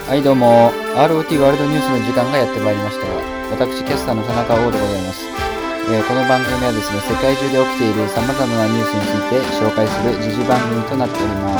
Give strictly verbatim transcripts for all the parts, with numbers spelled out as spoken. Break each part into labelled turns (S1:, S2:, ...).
S1: はいどうも アールオーティー ワールドニュースの時間がやってまいりました。私キャスターの田中王でございます。えーこの番組はですね、世界中で起きている様々なニュースについて紹介する時事番組となっております。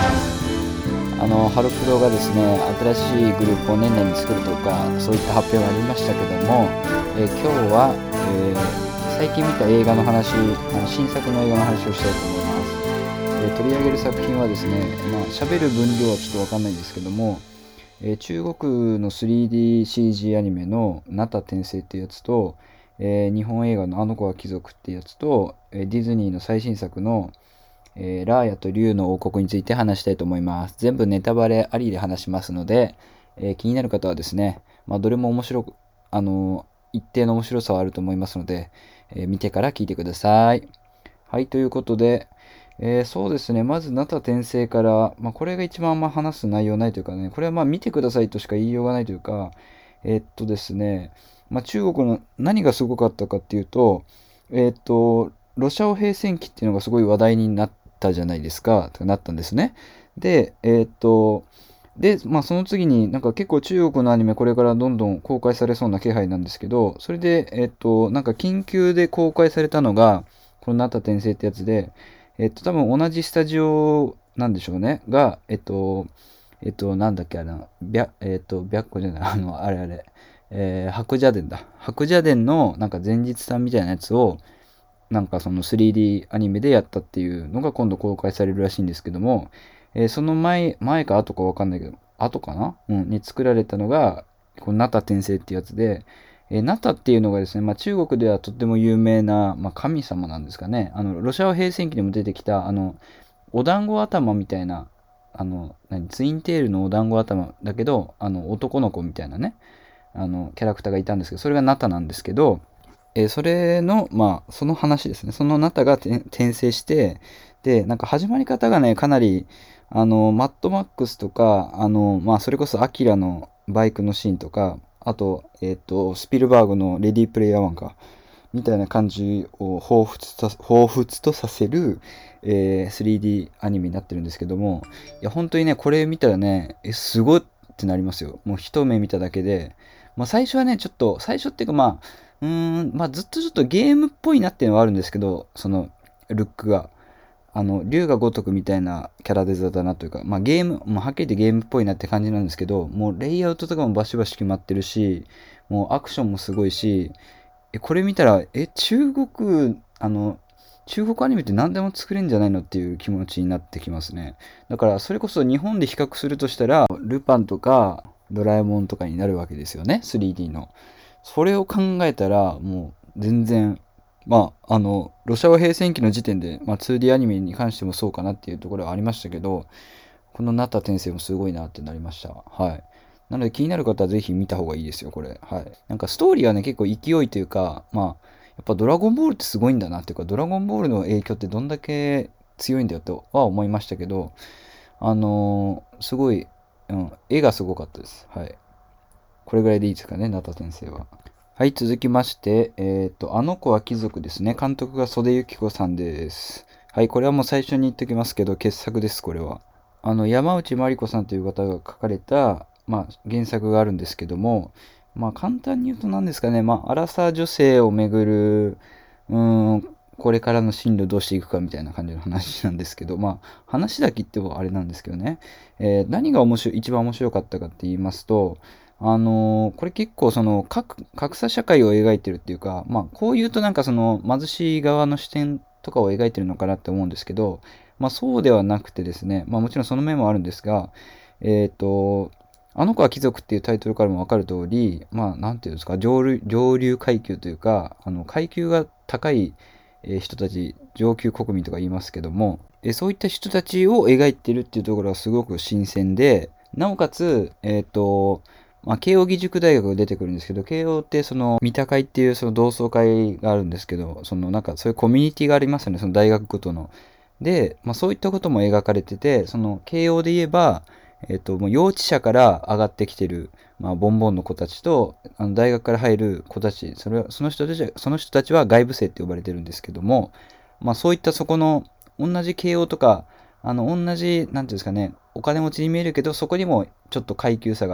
S1: あのハロプロがですね、新しいグループを年内に作るとかそういった発表がありましたけども、えー今日は、えー最近見た映画の話、あの新作の映画の話をしたいと思います。えー取り上げる作品はですね、まあ喋る分量はちょっとわかんないんですけども、えー中国の スリーディーシージー アニメの「ナタ転生」っていうやつと、えー日本映画の「あの子は貴族」っていうやつと、えーディズニーの最新作の、えーラーヤと竜の王国について話したいと思います。全部ネタバレありで話しますので、えー気になる方はですね、まあ、どれも面白く、あのー一定の面白さはあると思いますので、えー見てから聞いてください。はい、ということで、えーそうですね、まず、ナタ転生から、まあ、これが一番あんま話す内容ないというかね、これはまあ見てくださいとしか言いようがないというか、えーっとですね、まあ、中国の何がすごかったかっていうと、えーっと、ロシア語平戦期っていうのがすごい話題になったじゃないですか、とかなったんですね。で、えーっと、で、まあ、その次になんか結構中国のアニメこれからどんどん公開されそうな気配なんですけど、それで、えっと、なんか緊急で公開されたのが、このなった転生ってやつで、えっと、多分同じスタジオなんでしょうね。が、えっと、えっと、なんだっけ、あの、白、えっと、白虎じゃない、あの、あれあれ、えー、白蛇伝だ。白蛇伝のなんか前日さんみたいなやつを、なんかその スリーディー アニメでやったっていうのが今度公開されるらしいんですけども、えーその前、前か後かわかんないけど、後かなうん、に作られたのが、このナタ転生っていうやつで、えーナタっていうのがですね、まあ中国ではとっても有名な、まあ神様なんですかね。あの、ロシア語平戦期でも出てきた、あの、お団子頭みたいな、あの、何、ツインテールのお団子頭だけど、あの、男の子みたいなね、あの、キャラクターがいたんですけど、それがナタなんですけど、えーそれの、まあ、その話ですね。そのナタが転転生して、で、なんか始まり方がね、かなり、あの、マッドマックスとか、あの、まあ、それこそアキラのバイクのシーンとか、あと、えっと、スピルバーグのレディープレイヤーワンか、みたいな感じを彷彿とさ彷彿とさせる、えー スリーディー アニメになってるんですけども、いや、本当にね、これ見たらね、え、すごいってなりますよ。もう一目見ただけで。まあ、最初はね、ちょっと、最初っていうかまあ、うーん、まあ、ずっとちょっとゲームっぽいなっていうのはあるんですけど、その、ルックが。あの、龍が如くみたいなキャラデザだなというか、まあゲーム、もうはっきり言ってゲームっぽいなって感じなんですけど、もうレイアウトとかもバシバシ決まってるし、もうアクションもすごいし、え、これ見たら、え、中国、あの、中国アニメって何でも作れんじゃないのっていう気持ちになってきますね。だから、それこそ日本で比較するとしたら、ルパンとかドラえもんとかになるわけですよね、スリーディー の。それを考えたら、もう全然、まあ、あの、ロシア語平戦期の時点で、まあ、ツーディー アニメに関してもそうかなっていうところはありましたけど、このナタ転生もすごいなってなりました。はい。なので気になる方はぜひ見た方がいいですよ、これ。はい。なんかストーリーはね、結構勢いというか、まあ、やっぱドラゴンボールってすごいんだなっていうか、ドラゴンボールの影響ってどんだけ強いんだよとは思いましたけど、あのーすごい、うん、絵がすごかったです。はい。これぐらいでいいですかね、ナタ先生は。はい、続きまして、えっと、あの子は貴族ですね。監督が袖幸子さんです。はい、これはもう最初に言っておきますけど、傑作です、これは。あの、山内まりこさんという方が書かれた、まあ、原作があるんですけども、まあ、簡単に言うと何ですかね、まあ、アラサー女性をめぐる、うーん、これからの進路どうしていくかみたいな感じの話なんですけど、まあ、話だけ言ってもあれなんですけどね、えー何が面白い、一番面白かったかって言いますと、あのーこれ結構その格、格差社会を描いてるっていうか、まあ、こう言うとなんかその貧しい側の視点とかを描いてるのかなって思うんですけど、まあそうではなくてですね、まあもちろんその面もあるんですが、えっと、あの子は貴族っていうタイトルからもわかる通り、まあなんていうんですか、上流、上流階級というか、あの階級が高いえー人たち、上級国民とか言いますけども、えーそういった人たちを描いてるっていうところがすごく新鮮で、なおかつ、えっと、まあ、慶應義塾大学が出てくるんですけど、慶応ってその、三田会っていうその同窓会があるんですけど、そのなんかそういうコミュニティがありますよね、その大学ごとの。で、まあそういったことも描かれてて、その慶応で言えば、えっと、もう幼稚舎から上がってきてる、まあ、ボンボンの子たちと、あの大学から入る子たち、それは、その人たちは、その人たちは外部生って呼ばれてるんですけども、まあそういったそこの、同じ慶応とか、あの、同じ、なんていうんですかね、お金持ちに見えるけど、そこにもちょっと階級差が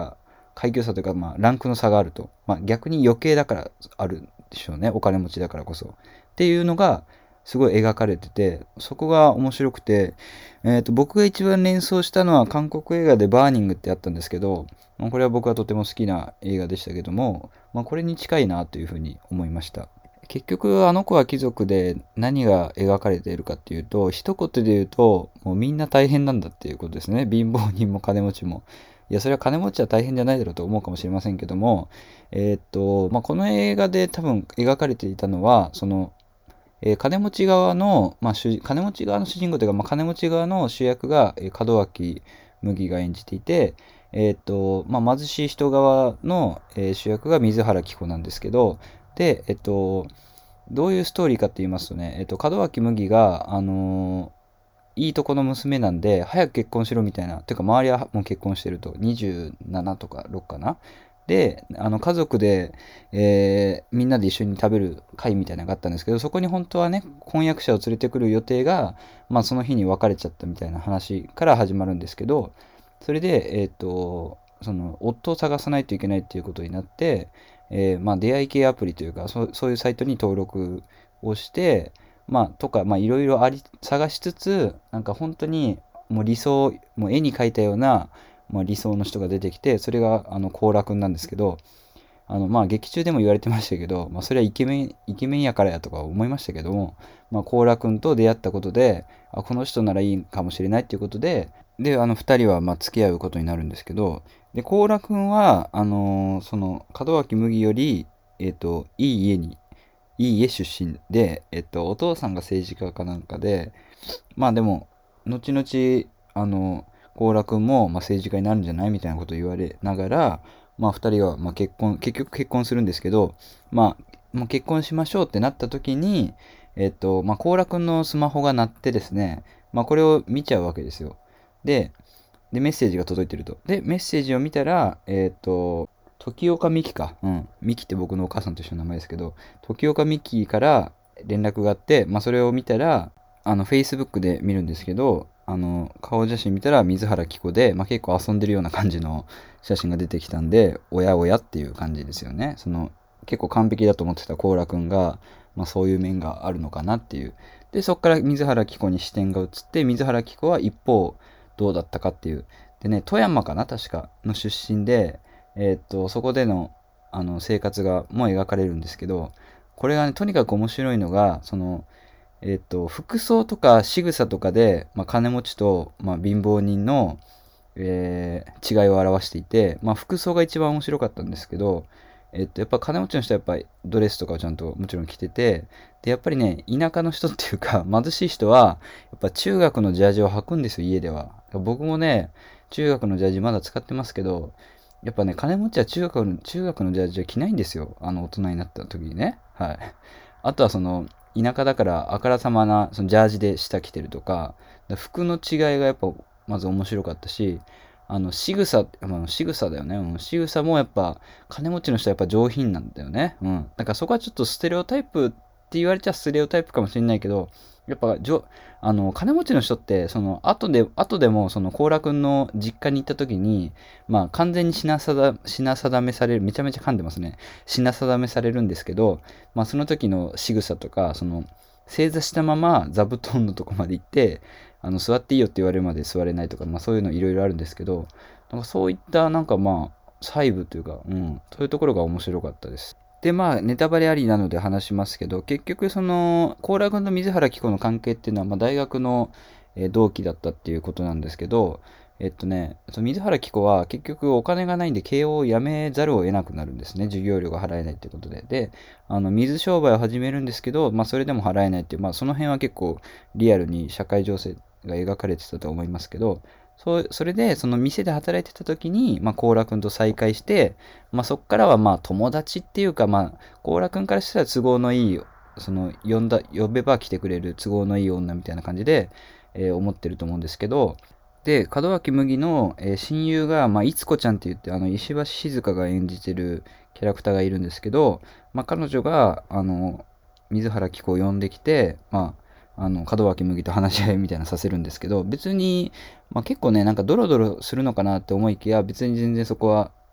S1: 階級差というか、まあ、ランクの差があると。まあ、逆に余計だからあるでしょうね。お金持ちだからこそ。っていうのが、すごい描かれてて、そこが面白くて、えっと、僕が一番連想したのは韓国映画でバーニングってあったんですけど、まあこれは僕はとても好きな映画でしたけども、まあ、これに近いなというふうに思いました。結局あの子は貴族で何が描かれているかっていうと、一言で言うともうみんな大変なんだっていうことですね。貧乏人も金持ちも。いやそれは金持ちは大変じゃないだろうと思うかもしれませんけども、えーっとまあ、この映画で多分描かれていたのはその、えー金持ち側の、まあ、主金持ち側の主人公というか、まあ、金持ち側の主役が、えー門脇麦が演じていて、えーっとまあ、貧しい人側の、えー主役が水原希子なんですけど、で、えっと、どういうストーリーかって言いますとね、えっと、門脇麦が、あのーいいとこの娘なんで、早く結婚しろみたいな。てか、周りはもう結婚してると。にじゅうななとかろくかな。で、あの、家族で、えーみんなで一緒に食べる会みたいなのがあったんですけど、そこに本当はね、婚約者を連れてくる予定が、まあ、その日に別れちゃったみたいな話から始まるんですけど、それで、えっと、その、夫を探さないといけないっていうことになって、えーまあ、出会い系アプリというか、そう、そういうサイトに登録をして、まあ、とか、まあ、いろいろあり、探しつつ、なんか本当に、もう理想、もう絵に描いたような、まあ、理想の人が出てきて、それが、あの、コーラくんなんですけど、あの、まあ、劇中でも言われてましたけど、まあ、それはイケメン、イケメンやからやとか思いましたけども、まあ、コーラくんと出会ったことで、あ、この人ならいいかもしれないっていうことで、で、あの、二人は、まあ、付き合うことになるんですけど、で、コーラくんは、あのーその、門脇麦より、えっと、いい家にいい家出身で、えっと、お父さんが政治家かなんかで、まあでも、後々、あの、高良んも、まあ、政治家になるんじゃないみたいなことを言われながら、まあ二人は、まあ結婚、結局結婚するんですけど、まあ、まあ、結婚しましょうってなった時に、えっと、まあ、高良んのスマホが鳴ってですね、まあこれを見ちゃうわけですよ。で、で、メッセージが届いてると。で、メッセージを見たら、えっと、時岡美希か。うん。美希って僕のお母さんと一緒の名前ですけど、時岡美希から連絡があって、まあ、それを見たら、あの、Facebook で見るんですけど、あの、顔写真見たら水原希子で、まあ、結構遊んでるような感じの写真が出てきたんで、おやおやっていう感じですよね。その、結構完璧だと思ってたコーラくんが、まあ、そういう面があるのかなっていう。で、そこから水原希子に視点が移って、水原希子は一方、どうだったかっていう。でね、富山かな確かの出身で、えーっと、そこでの、あの生活がもう描かれるんですけど、これがね、とにかく面白いのが、その、えーっと、服装とか仕草とかで、まあ、金持ちと、まあ、貧乏人の、えー違いを表していて、まあ、服装が一番面白かったんですけど、えっと、やっぱ金持ちの人はやっぱりドレスとかをちゃんともちろん着てて、で、やっぱりね、田舎の人っていうか、貧しい人は、やっぱ中学のジャージを履くんですよ、家では。僕もね、中学のジャージまだ使ってますけど、やっぱね、金持ちは中学の、中学のジャージは着ないんですよ。あの、大人になった時にね。はい。あとはその、田舎だからあからさまな、そのジャージで下着てるとか、服の違いがやっぱ、まず面白かったし、あの、仕草、まあ、仕草だよね。うん。仕草もやっぱ、金持ちの人はやっぱ上品なんだよね。うん。だからそこはちょっとステレオタイプって言われちゃステレオタイプかもしれないけど、やっぱ、じょ、あの、金持ちの人って、その、後で、後でも、その、コーラくんの実家に行った時に、まあ、完全に品定品定めされる、めちゃめちゃ噛んでますね。品定めされるんですけど、まあ、その時の仕草とか、その、正座したまま座布団のとこまで行って、あの、座っていいよって言われるまで座れないとか、まあ、そういうのいろいろあるんですけど、なんかそういったなんかまあ細部というか、うん、そういうところが面白かったです。でまあネタバレありなので話しますけど、結局その高良君と水原希子の関係っていうのは、まあ、大学のえー同期だったっていうことなんですけど、えっとね、その水原希子は結局お金がないんで慶応を辞めざるを得なくなるんですね。授業料が払えないっていうことで。で、あの水商売を始めるんですけど、まあそれでも払えないっていう、まあその辺は結構リアルに社会情勢が描かれてたと思いますけど、そう、それで、その店で働いてた時に、まあ、コーラくんと再会して、まあ、そっからはまあ、友達っていうか、まあ、コーラくんからしたら都合のいい、その、呼んだ、呼べば来てくれる都合のいい女みたいな感じで、えー思ってると思うんですけど、で、門脇麦の、えー親友が、まあ、いつこちゃんって言って、あの、石橋静香が演じてるキャラクターがいるんですけど、まあ、彼女が、あの、水原希子を呼んできて、まあ、あの、門脇麦と話し合いみたいなのさせるんですけど、別に、まあ、結構ね、なんかドロドロするのかなって思いきや、別に全然そこは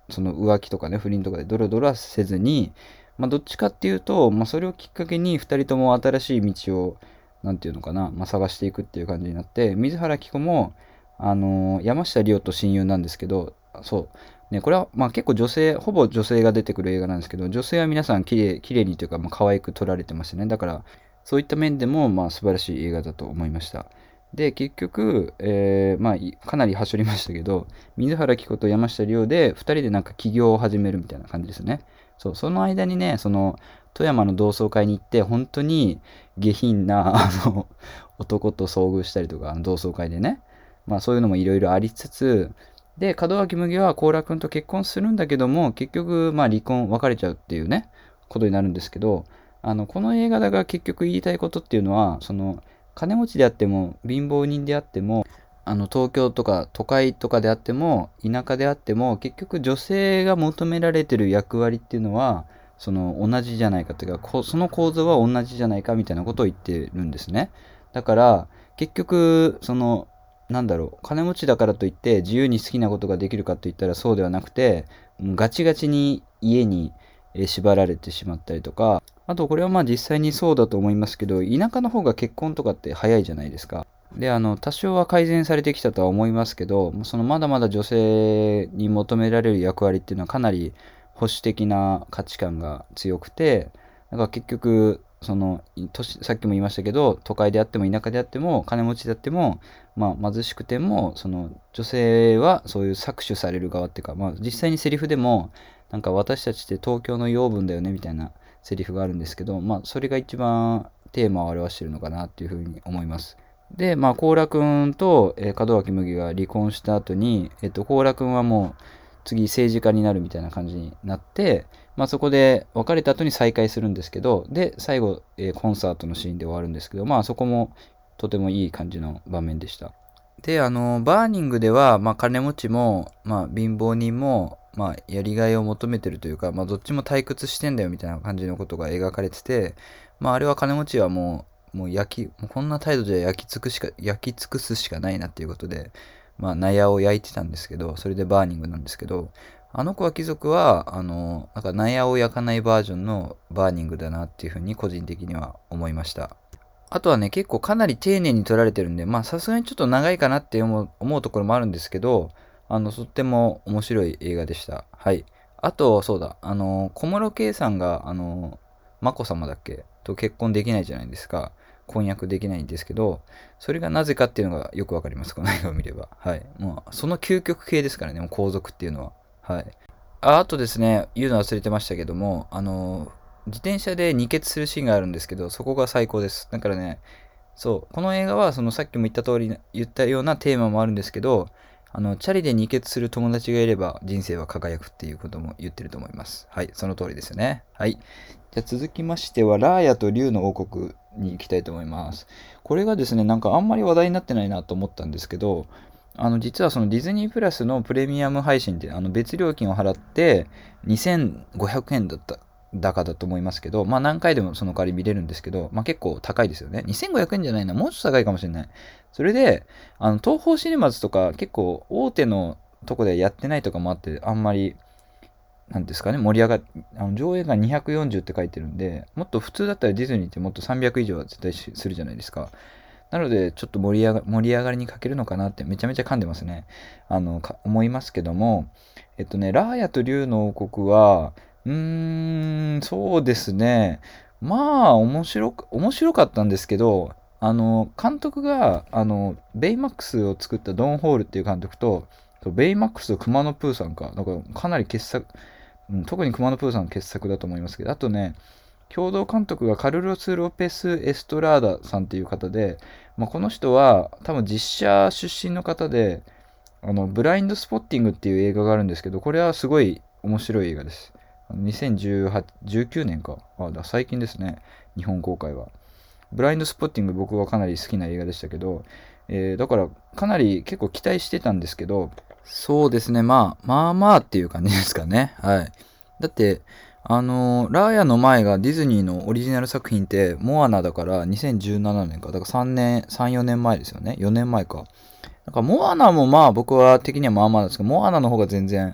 S1: その浮気とかね、不倫とかでドロドロはせずに、まあ、どっちかっていうと、まあ、それをきっかけにふたりとも新しい道を、なんていうのかな、まあ、探していくっていう感じになって、水原希子も、あのー山下リオと親友なんですけど、そう。ね、これは、まあ、結構女性、ほぼ女性が出てくる映画なんですけど、女性は皆さん綺麗、綺麗にというか、まあ、可愛く撮られてましたね。だから、そういった面でも、まあ、素晴らしい映画だと思いました。で、結局、えーまあ、いかなり端折りましたけど、水原希子と山下リオでふたりでなんか起業を始めるみたいな感じですね。そう、その間にね、その、富山の同窓会に行って、本当に下品な、あの、男と遭遇したりとか、あの同窓会でね。まあそういうのもいろいろありつつ、で、門脇麦は高良君と結婚するんだけども、結局、まあ離婚、別れちゃうっていうね、ことになるんですけど、あの、この映画だが結局言いたいことっていうのは、その、金持ちであっても、貧乏人であっても、あの、東京とか都会とかであっても、田舎であっても、結局女性が求められてる役割っていうのは、その、同じじゃないかというか、こその構造は同じじゃないかみたいなことを言ってるんですね。だから、結局、その、なんだろう、金持ちだからといって自由に好きなことができるかといったらそうではなくて、ガチガチに家にえ縛られてしまったりとか、あとこれはまあ実際にそうだと思いますけど、田舎の方が結婚とかって早いじゃないですか。で、あの、多少は改善されてきたとは思いますけど、そのまだまだ女性に求められる役割っていうのはかなり保守的な価値観が強くて、だから結局、その、都市さっきも言いましたけど、都会であっても田舎であっても、金持ちであっても、まあ貧しくても、その女性はそういう搾取される側っていうか、まあ実際にセリフでも、なんか私たちって東京の養分だよねみたいなセリフがあるんですけど、まあそれが一番テーマを表しているのかなっていうふうに思います。で、まあ、高良くんと、えー門脇麦が離婚した後に、えっと、高良くんはもう、次政治家になるみたいな感じになって、まあ、そこで別れた後に再会するんですけど、で、最後、えーコンサートのシーンで終わるんですけど、まあ、そこもとてもいい感じの場面でした。で、あの、バーニングでは、まあ、金持ちも、まあ、貧乏人も、まあ、やりがいを求めてるというか、まあ、どっちも退屈してんだよみたいな感じのことが描かれてて、まあ、あれは金持ちはもう、もう焼き、もうこんな態度じゃ焼き尽くしか、焼き尽くすしかないなっていうことで、まあ、納屋を焼いてたんですけど、それでバーニングなんですけど、あの子は貴族は、あの、なんか納屋を焼かないバージョンのバーニングだなっていうふうに個人的には思いました。あとはね、結構かなり丁寧に撮られてるんで、まあさすがにちょっと長いかなって思う思うところもあるんですけど、あの、とっても面白い映画でした。はい。あと、そうだ、あの、小室圭さんが、あの、眞子さまだっけと結婚できないじゃないですか。婚約できないんですけど、それがなぜかっていうのがよくわかります。この映画を見れば。はい。もう、その究極系ですからね、もう皇族っていうのは。はい。あ、あとですね、言うの忘れてましたけども、あの、自転車で二血するシーンがあるんですけど、そこが最高です。だからね、そう、この映画は、そのさっきも言った通り、言ったようなテーマもあるんですけど、あの、チャリで二血する友達がいれば人生は輝くっていうことも言ってると思います。はい、その通りですよね。はい。じゃあ続きましては、ラーヤと竜の王国に行きたいと思います。これがですね、なんかあんまり話題になってないなと思ったんですけど、あの、実はそのディズニープラスのプレミアム配信で、あの、別料金を払ってにせんごひゃくえんだった高だと思いますけど、まあ何回でもその代わり見れるんですけど、まあ結構高いですよね。にせんごひゃくえんじゃないな、もうちょっと高いかもしれない。それで、あの、東宝シネマズとか結構大手のとこでやってないとかもあって、あんまり、なんですかね、盛り上がっ、あの上映がにひゃくよんじゅうって書いてるんで、もっと普通だったらディズニーってもっとさんびゃく以上は絶対するじゃないですか。なので、ちょっと盛り上が盛り上がりに欠けるのかなってめちゃめちゃ噛んでますね。あの、か思いますけども、えっとね、ラーヤと竜の王国は、うーん、そうですね。まあ、面白く、面白かったんですけど、あの、監督が、あの、ベイマックスを作ったドン・ホールっていう監督と、とベイマックスと熊野プーさんか、だからかなり傑作、うん、特に熊野プーさんの傑作だと思いますけど、あとね、共同監督がカルロス・ロペス・エストラーダさんっていう方で、まあ、この人は多分実写出身の方で、あの、ブラインドスポッティングっていう映画があるんですけど、これはすごい面白い映画です。にせんじゅうはち、じゅうきゅうねんか。あ、だ最近ですね。日本公開は。ブラインドスポッティング僕はかなり好きな映画でしたけど、えーだからかなり結構期待してたんですけど、そうですね。まあ、まあまあっていう感じですかね。はい。だって、あのーラーヤの前がディズニーのオリジナル作品って、モアナだからにせんじゅうななねんか。だからさんねん、さん、よねんまえですよね。よねんまえか。なんかモアナもまあ僕は的にはまあまあなんですけど、モアナの方が全然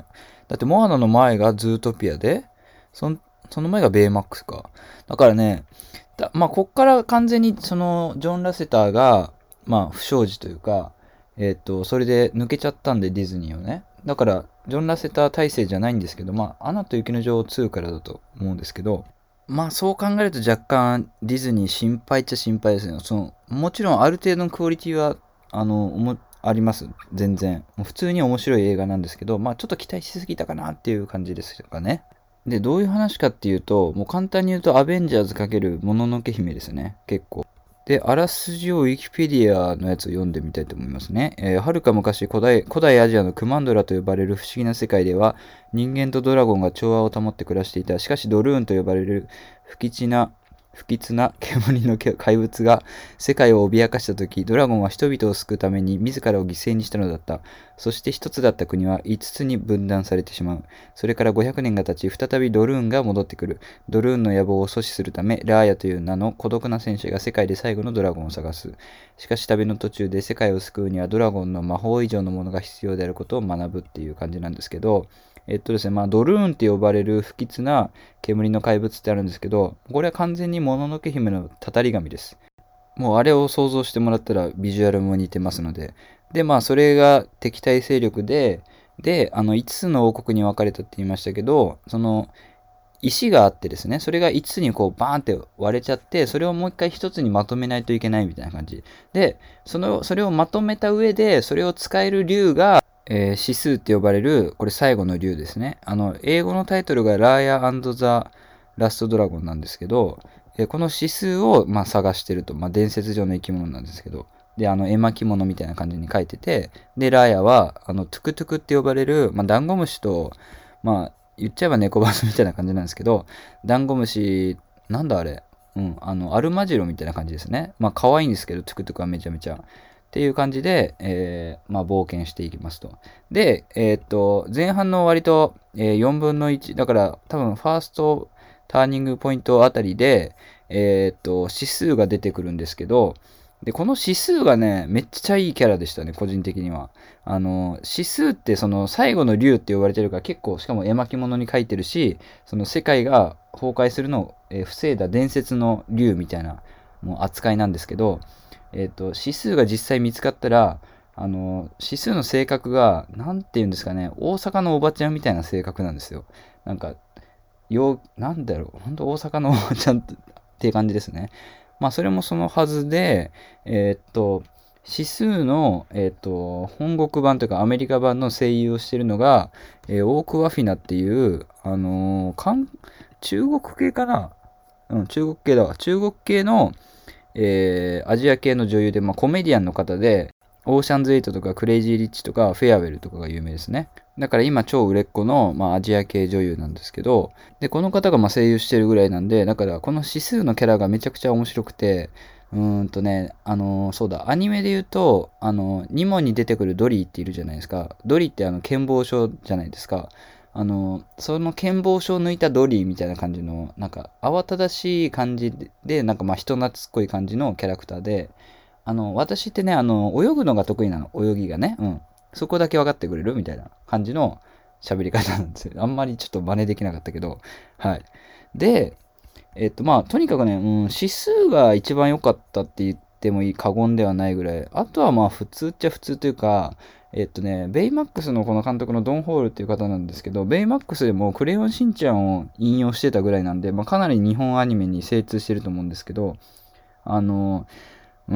S1: だってモアナの前がズートピアで、そのその前がベイマックスか。だからね、だまあ、こっから完全にそのジョン・ラセターが、まあ、不祥事というか、えっと、それで抜けちゃったんで、ディズニーをね。だから、ジョン・ラセター体制じゃないんですけど、まあ、アナと雪の女王ツーからだと思うんですけど、まあ、そう考えると若干ディズニー心配っちゃ心配ですね。その、もちろんある程度のクオリティは、あの、おもあります。全然。もう普通に面白い映画なんですけど、まあ、ちょっと期待しすぎたかなっていう感じですかね。で、どういう話かっていうと、もう簡単に言うと、アベンジャーズ×もののけ姫ですね。結構。で、あらすじをウィキペディアのやつを読んでみたいと思いますね。えー、はるか昔古代、古代アジアのクマンドラと呼ばれる不思議な世界では、人間とドラゴンが調和を保って暮らしていた。しかし、ドルーンと呼ばれる不吉な不吉な煙の怪物が世界を脅かしたとき、ドラゴンは人々を救うために自らを犠牲にしたのだった。そして一つだった国は五つに分断されてしまう。それからごひゃくねんが経ち、再びドルーンが戻ってくる。ドルーンの野望を阻止するため、ラーヤという名の孤独な戦士が世界で最後のドラゴンを探す。しかし旅の途中で世界を救うにはドラゴンの魔法以上のものが必要であることを学ぶっていう感じなんですけど、えっとですね、まあ、ドルーンって呼ばれる不吉な煙の怪物ってあるんですけど、これは完全にもののけ姫のたたり神です。もうあれを想像してもらったらビジュアルも似てますので。で、まあ、それが敵対勢力で、で、あの、いつつの王国に分かれたって言いましたけど、その、石があってですね、それがいつつにこうバーンって割れちゃって、それをもう一回一つにまとめないといけないみたいな感じ。で、その、それをまとめた上で、それを使える竜が、えー指数って呼ばれる、これ最後の竜ですね。あの、英語のタイトルがラーヤザ・ラストドラゴンなんですけど、えーこの指数を、まあ、探してると、まあ、伝説上の生き物なんですけど、で、あの、絵巻物みたいな感じに書いてて、で、ラーヤは、あの、トゥクトゥクって呼ばれる、まあ、ダンゴムシと、まあ、言っちゃえば猫バスみたいな感じなんですけど、ダンゴムシ、なんだあれ、うん、あの、アルマジロみたいな感じですね。まあ、可愛いんですけど、トゥクトゥクはめちゃめちゃ。っていう感じで、えーまあ、冒険していきますと。で、えーっと、前半の割と、えーよんぶんのいち、だから多分ファーストターニングポイントあたりで、えーっと、指数が出てくるんですけど、で、この指数がね、めっちゃいいキャラでしたね、個人的には。あの、指数ってその最後の竜って呼ばれてるから結構、しかも絵巻物に書いてるし、その世界が崩壊するのを、えー防いだ伝説の竜みたいなもう扱いなんですけど、えっと、指数が実際見つかったら、あの、指数の性格が、なんて言うんですかね、大阪のおばちゃんみたいな性格なんですよ。なんか、よう、なんだろう、ほんと大阪のおばちゃんっていう感じですね。まあ、それもそのはずで、えーっと、指数の、えーっと、本国版というかアメリカ版の声優をしているのが、えーオーク・ワフィナっていう、あのー韓中国系かな。うん、中国系だわ。中国系の、えーアジア系の女優で、まあ、コメディアンの方で、オーシャンズエイトとかクレイジーリッチとかフェアウェルとかが有名ですね。だから今超売れっ子の、まあ、アジア系女優なんですけど、で、この方がまあ声優してるぐらいなんで、だからこの指数のキャラがめちゃくちゃ面白くて、うーんとね、あのーそうだ、アニメで言うと、あのーニモに出てくるドリーっているじゃないですか。ドリーってあの、健忘症じゃないですか。あのーその健忘症を抜いたドリーみたいな感じの、なんか、慌ただしい感じで、なんかまあ人懐っこい感じのキャラクターで、あの、私ってね、あの、泳ぐのが得意なの。泳ぎがね。うん。そこだけ分かってくれるみたいな感じの喋り方なんですよ。あんまりちょっと真似できなかったけど。はい。で、えっと、まあ、とにかくね、うん、指数が一番良かったって言ってもいい過言ではないぐらい。あとはまあ、普通っちゃ普通というか、えっとね、ベイマックスのこの監督のドン・ホールっていう方なんですけど、ベイマックスでもクレヨンしんちゃんを引用してたぐらいなんで、まあ、かなり日本アニメに精通してると思うんですけど、あの、うん。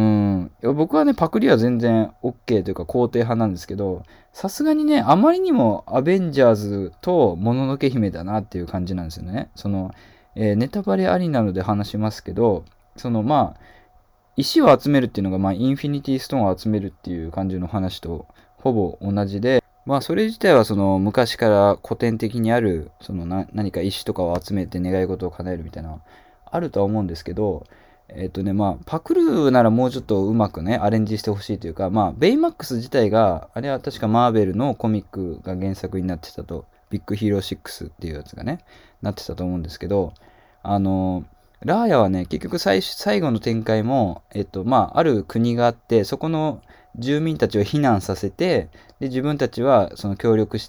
S1: いや僕はね、パクリは全然 OK というか肯定派なんですけど、さすがにね、あまりにもアベンジャーズともののけ姫だなっていう感じなんですよね。その、えーネタバレありなので話しますけど、そのまあ、石を集めるっていうのが、まあ、インフィニティストーンを集めるっていう感じの話とほぼ同じで、まあ、それ自体はその昔から古典的にある、そのな何か石とかを集めて願い事を叶えるみたいな、あるとは思うんですけど、えっとね、まあ、パクるならもうちょっとうまくね、アレンジしてほしいというか、まあ、ベイマックス自体が、あれは確かマーベルのコミックが原作になってたと、ビッグヒーローシックスっていうやつがね、なってたと思うんですけど、あの、ラーヤはね、結局最最後の展開も、えっと、まあ、ある国があって、そこの住民たちを避難させて、で、自分たちはその協力して、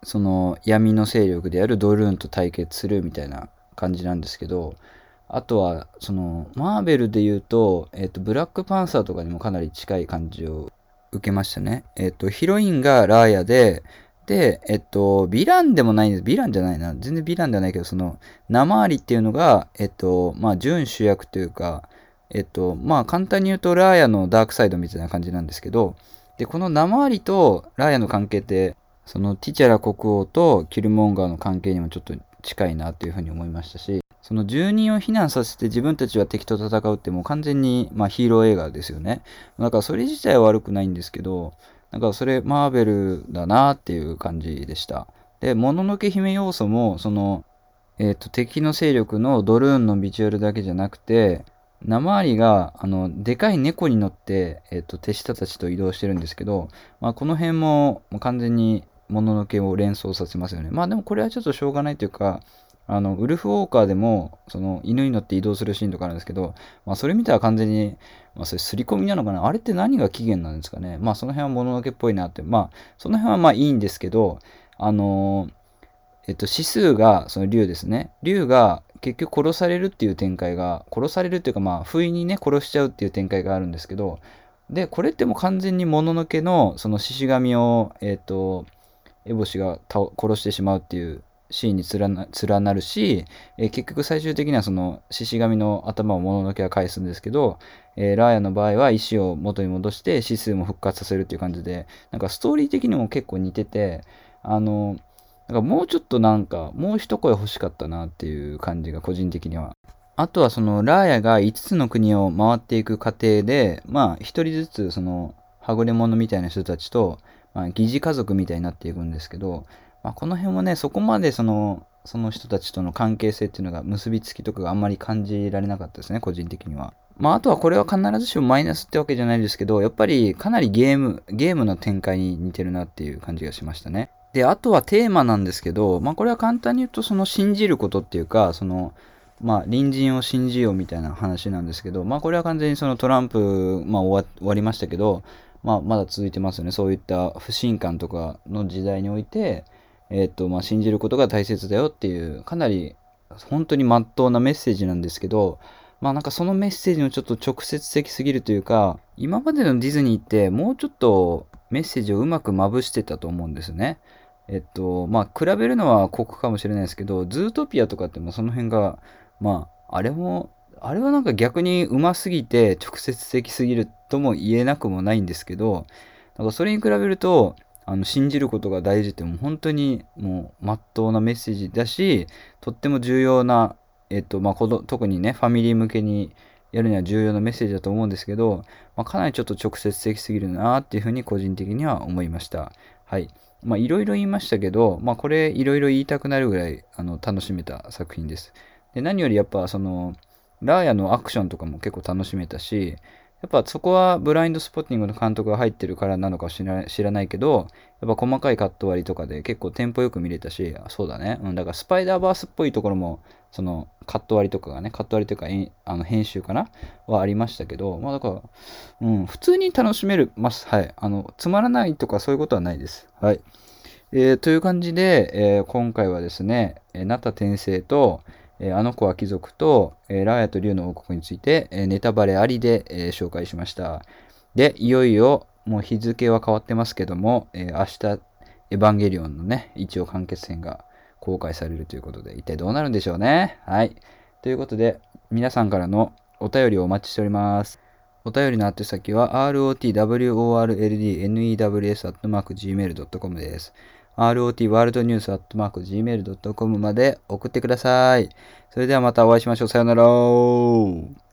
S1: その闇の勢力であるドルーンと対決するみたいな感じなんですけど、あとは、その、マーベルで言うと、えっと、ブラックパンサーとかにもかなり近い感じを受けましたね。えっと、ヒロインがラーヤで、で、えっと、ヴィランでもないんです。ヴィランじゃないな。全然ヴィランではないけど、その、ナマーリっていうのが、えっと、まあ、準主役というか、えっと、まあ、簡単に言うと、ラーヤのダークサイドみたいな感じなんですけど、で、このナマーリとラーヤの関係って、その、ティチャラ国王とキルモンガーの関係にもちょっと近いなというふうに思いましたし、その住人を避難させて自分たちは敵と戦うってもう完全に、まあ、ヒーロー映画ですよね。だからそれ自体は悪くないんですけど、なんかそれマーベルだなっていう感じでした。で、もののけ姫要素も、その、えっと、敵の勢力のドルーンのビジュアルだけじゃなくて、ナマーリが、あの、でかい猫に乗って、えっと、手下たちと移動してるんですけど、まあ、この辺ももう完全にもののけを連想させますよね。まあ、でもこれはちょっとしょうがないというか、あの、ウルフウォーカーでも、その、犬に乗って移動するシーンとかあるんですけど、まあ、それ見たら完全に、まあ、それ刷り込みなのかな、あれって何が起源なんですかね。まあ、その辺はもののけっぽいなって。まあ、その辺はまあいいんですけど、あのーえっと、指数が、その竜ですね。竜が結局殺されるっていう展開が、殺されるっていうかまあ、不意にね、殺しちゃうっていう展開があるんですけど、で、これってもう完全にもののけの、その獅子神を、えっと、エボシが殺してしまうっていうシーンに連な連なるし、えー結局最終的にはその獅子神の頭をもののけは返すんですけど、えーラーヤの場合は石を元に戻して指数も復活させるっていう感じで、なんかストーリー的にも結構似てて、あの、なんかもうちょっとなんか、もう一声欲しかったなっていう感じが個人的には。あとはそのラーヤがいつつの国を回っていく過程で、まあ一人ずつそのはぐれ者みたいな人たちと、まあ、疑似家族みたいになっていくんですけど、まあ、この辺もね、そこまでその、その人たちとの関係性っていうのが結びつきとかがあんまり感じられなかったですね、個人的には。まあ、あとはこれは必ずしもマイナスってわけじゃないですけど、やっぱりかなりゲーム、ゲームの展開に似てるなっていう感じがしましたね。で、あとはテーマなんですけど、まあこれは簡単に言うとその信じることっていうか、その、まあ隣人を信じようみたいな話なんですけど、まあこれは完全にそのトランプ、まあ終わ終わりましたけど、まあまだ続いてますよね。そういった不信感とかの時代において、えっと、まあ信じることが大切だよっていう、かなり本当に真っ当なメッセージなんですけど、まあなんかそのメッセージもちょっと直接的すぎるというか、今までのディズニーってもうちょっとメッセージをうまくまぶしてたと思うんですね。えっと、まあ比べるのは酷かもしれないですけど、ズートピアとかってもうその辺が、まああれも、あれはなんか逆に上手すぎて直接的すぎるとも言えなくもないんですけど、なんかそれに比べると、あの信じることが大事ってもう本当にもう真っ当なメッセージだし、とっても重要な、えっと、まあ、この特にね、ファミリー向けにやるには重要なメッセージだと思うんですけど、まあ、かなりちょっと直接的すぎるなっていうふうに個人的には思いました。はい。まあ、いろいろ言いましたけど、まあ、これいろいろ言いたくなるぐらいあの楽しめた作品です。で、何よりやっぱその、ラーヤのアクションとかも結構楽しめたし、やっぱそこはブラインドスポッティングの監督が入ってるからなのか知ら知らないけど、やっぱ細かいカット割りとかで結構テンポよく見れたし、あそうだね。うん、だからスパイダーバースっぽいところも、そのカット割りとかがね、カット割りというか、えんあの編集かなはありましたけど、まあだから、うん、普通に楽しめるます。はい。あの、つまらないとかそういうことはないです。はい。えーという感じで、えー今回はですね、えー、ナタ転生と、えーあの子は貴族と、えーラーヤと竜の王国について、えーネタバレありで、えー紹介しました。で、いよいよ、もう日付は変わってますけども、えー明日、エヴァンゲリオンのね、一応完結編が公開されるということで、一体どうなるんでしょうね。はい。ということで、皆さんからのお便りをお待ちしております。お便りの宛先は ローティーダブリューオーアールエルディーエヌイーダブリューエス アットマーク ジーメールドットコム です。アールオーティー ワールドニュースアットマーク ジーメールドットコム まで送ってください。それではまたお会いしましょう。さよなら。